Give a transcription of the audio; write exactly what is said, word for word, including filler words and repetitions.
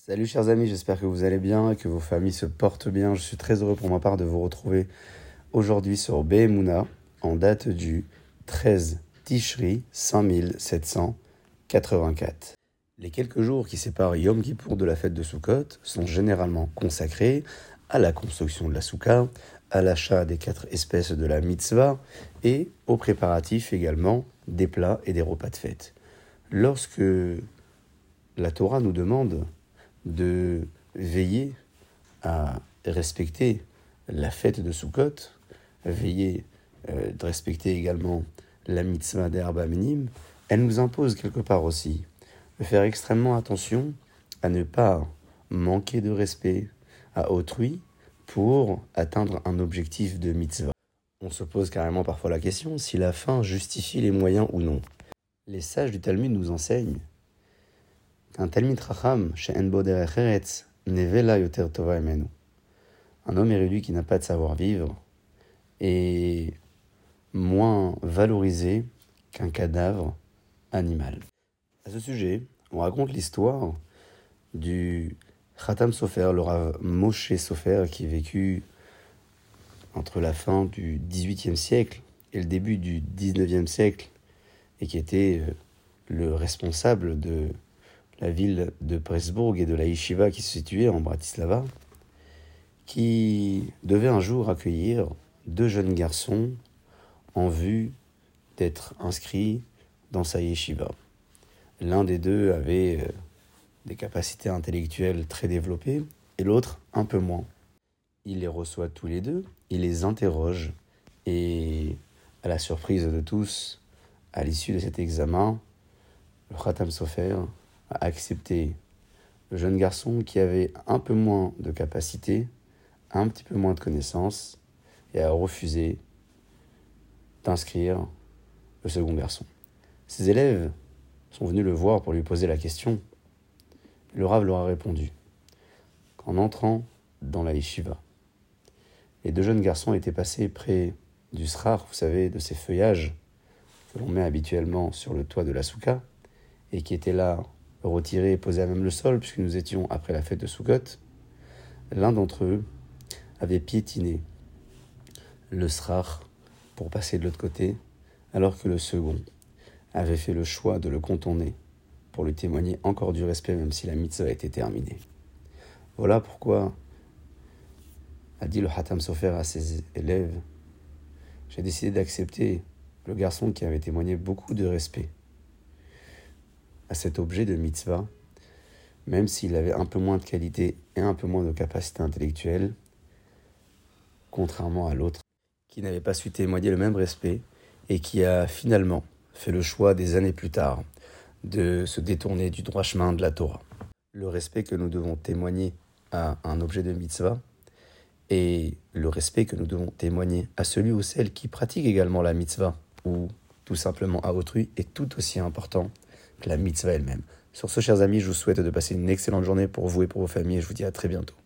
Salut chers amis, j'espère que vous allez bien et que vos familles se portent bien. Je suis très heureux pour ma part de vous retrouver aujourd'hui sur Be'emouna en date du treize Tishri cinq mille sept cent quatre-vingt-quatre. Les quelques jours qui séparent Yom Kippour de la fête de Sukkot sont généralement consacrés à la construction de la soukha, à l'achat des quatre espèces de la mitzvah et aux préparatifs également des plats et des repas de fête. Lorsque la Torah nous demande de veiller à respecter la fête de Sukkot, veiller euh, de respecter également la mitzvah des Arba Minim, elle nous impose quelque part aussi de faire extrêmement attention à ne pas manquer de respect à autrui pour atteindre un objectif de mitzvah. On se pose carrément parfois la question si la fin justifie les moyens ou non. Les sages du Talmud nous enseignent qu'un Talmid Chacham, she'en bo derech eretz, nevela yoter tova emenu. Un homme érudit qui n'a pas de savoir-vivre est moins valorisé qu'un cadavre animal. À ce sujet, on raconte l'histoire du Khatam Sofer, le Rav Moshe Sofer, qui vécut entre la fin du dix-huitième siècle et le début du dix-neuvième siècle, et qui était le responsable de la ville de Pressbourg et de la Yeshiva qui se situait en Bratislava, qui devait un jour accueillir deux jeunes garçons en vue d'être inscrits dans sa Yeshiva. L'un des deux avait des capacités intellectuelles très développées et l'autre un peu moins. Il les reçoit tous les deux, il les interroge et, à la surprise de tous, à l'issue de cet examen, le Khatam Sofer a accepté le jeune garçon qui avait un peu moins de capacité, un petit peu moins de connaissances, et a refusé d'inscrire le second garçon. Ses élèves sont venus le voir pour lui poser la question. Le Rav leur a répondu qu'en entrant dans la yeshiva, les deux jeunes garçons étaient passés près du srar, vous savez, de ces feuillages que l'on met habituellement sur le toit de la soukha, et qui étaient là retirés et posés à même le sol, puisque nous étions après la fête de Sukkot. L'un d'entre eux avait piétiné le srar pour passer de l'autre côté, alors que le second avait fait le choix de le contourner pour lui témoigner encore du respect, même si la mitzvah a été terminée. Voilà pourquoi a dit le Khatam Sofer à ses élèves: j'ai décidé d'accepter le garçon qui avait témoigné beaucoup de respect à cet objet de mitzvah, même s'il avait un peu moins de qualité et un peu moins de capacité intellectuelle, contrairement à l'autre, qui n'avait pas su témoigner le même respect et qui a finalement fait le choix des années plus tard de se détourner du droit chemin de la Torah. Le respect que nous devons témoigner à un objet de mitzvah et le respect que nous devons témoigner à celui ou celle qui pratique également la mitzvah ou tout simplement à autrui est tout aussi important que la mitzvah elle-même. Sur ce, chers amis, je vous souhaite de passer une excellente journée pour vous et pour vos familles et je vous dis à très bientôt.